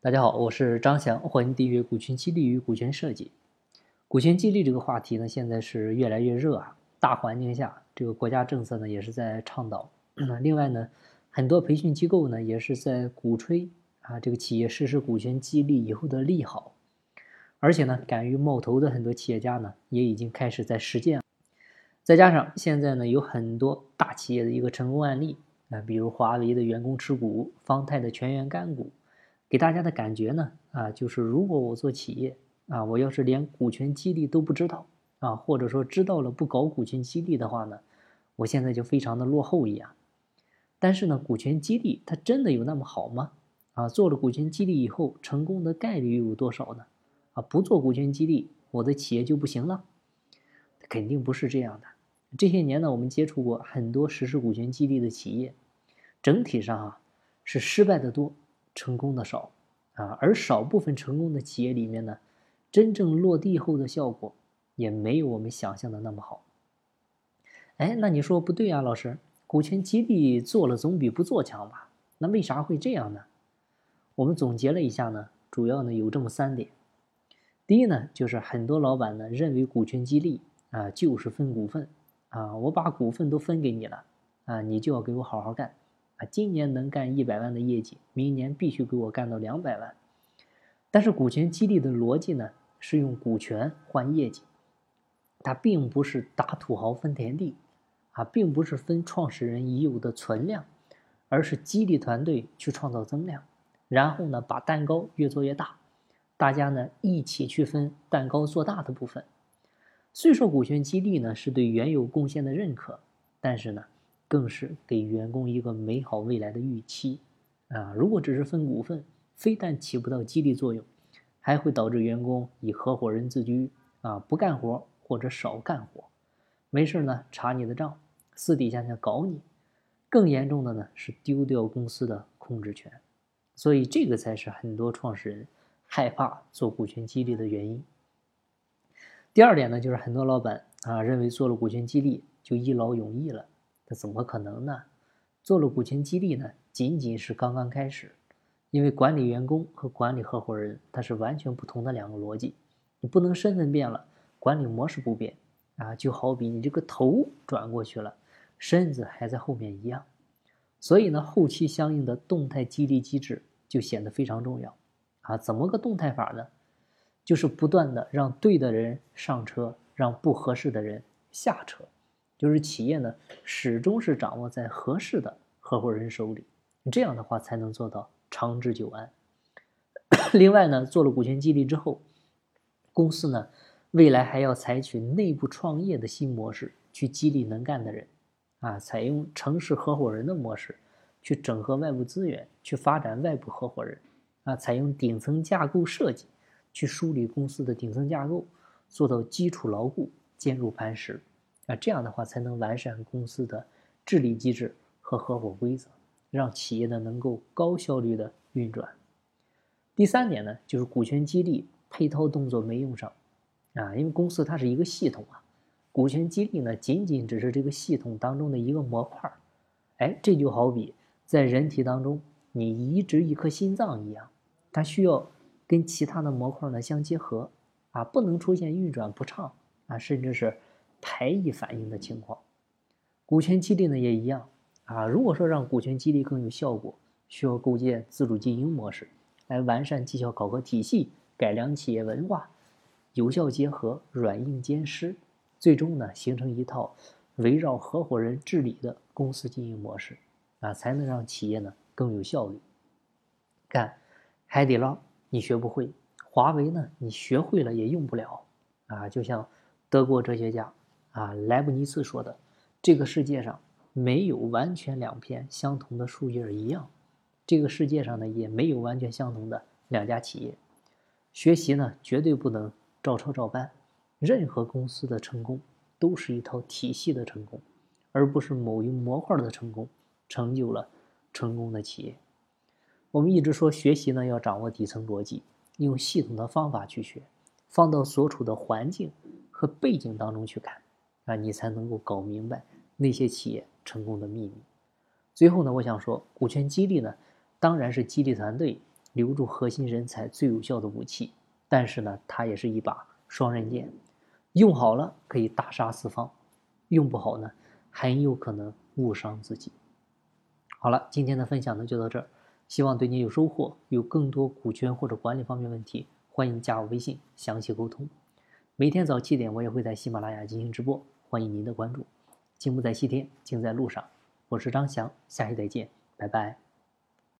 大家好，我是张翔，欢迎订阅股权激励与股权设计。股权激励这个话题呢，现在是越来越热啊。大环境下，这个国家政策呢也是在倡导。另外呢，很多培训机构呢也是在鼓吹这个企业实施股权激励以后的利好。而且呢，敢于冒头的很多企业家呢，也已经开始在实践。再加上现在呢，有很多大企业的一个成功案例比如华为的员工持股，方太的全员干股。给大家的感觉呢，就是如果我做企业我要是连股权激励都不知道或者说知道了不搞股权激励的话呢，我现在就非常的落后一样。但是呢，股权激励它真的有那么好吗？做了股权激励以后，成功的概率又有多少呢？不做股权激励，我的企业就不行了？肯定不是这样的。这些年呢，我们接触过很多实施股权激励的企业，整体上是失败的多，成功的少而少部分成功的企业里面呢，真正落地后的效果也没有我们想象的那么好。哎，那你说不对啊，老师，股权激励做了总比不做强吧？那为啥会这样呢？我们总结了一下呢，主要呢有这么3点。第一呢，就是很多老板呢认为股权激励就是分股份我把股份都分给你了你就要给我好好干今年能干100万的业绩，明年必须给我干到200万。但是股权激励的逻辑呢，是用股权换业绩，它并不是打土豪分田地并不是分创始人已有的存量，而是激励团队去创造增量，然后呢把蛋糕越做越大，大家呢一起去分蛋糕做大的部分。虽说股权激励呢是对原有贡献的认可，但是呢更是给员工一个美好未来的预期如果只是分股份，非但起不到激励作用，还会导致员工以合伙人自居不干活或者少干活，没事呢查你的账，私底下呢搞你，更严重的呢是丢掉公司的控制权。所以这个才是很多创始人害怕做股权激励的原因。第二点呢，就是很多老板认为做了股权激励就一劳永逸了，这怎么可能呢？做了股权激励呢，仅仅是刚刚开始，因为管理员工和管理合伙人它是完全不同的2个逻辑，你不能身份变了，管理模式不变就好比你这个头转过去了，身子还在后面一样。所以呢，后期相应的动态激励机制就显得非常重要怎么个动态法呢？就是不断的让对的人上车，让不合适的人下车，就是企业呢始终是掌握在合适的合伙人手里，这样的话才能做到长治久安。另外呢，做了股权激励之后，公司呢未来还要采取内部创业的新模式去激励能干的人采用城市合伙人的模式去整合外部资源，去发展外部合伙人采用顶层架构设计去梳理公司的顶层架构，做到基础牢固，坚如磐石这样的话才能完善公司的治理机制和合伙规则，让企业呢能够高效率的运转。第3点呢，就是股权激励配套动作没用上因为公司它是一个系统股权激励呢仅仅只是这个系统当中的一个模块这就好比在人体当中你移植一颗心脏一样，它需要跟其他的模块呢相结合不能出现运转不畅甚至是排异反应的情况。股权激励呢也一样如果说让股权激励更有效果，需要构建自主经营模式，来完善绩效考核体系，改良企业文化，有效结合软硬兼施，最终呢形成一套围绕合伙人治理的公司经营模式才能让企业呢更有效率。看海底捞你学不会，华为呢你学会了也用不了就像德国哲学家莱布尼茨说的，这个世界上没有完全2片相同的树叶一样，这个世界上呢也没有完全相同的2家企业。学习呢绝对不能照抄照搬，任何公司的成功都是一套体系的成功，而不是某一模块的成功成就了成功的企业。我们一直说学习呢要掌握底层逻辑，用系统的方法去学，放到所处的环境和背景当中去看你才能够搞明白那些企业成功的秘密。最后呢，我想说股权激励呢当然是激励团队留住核心人才最有效的武器，但是呢，它也是一把双刃剑，用好了可以大杀四方，用不好呢，很有可能误伤自己。好了，今天的分享呢就到这儿，希望对你有收获。有更多股权或者管理方面问题，欢迎加我微信详细沟通。每天早7点我也会在喜马拉雅进行直播，欢迎您的关注。进不在西天，静在路上。我是张翔，下期再见，拜拜。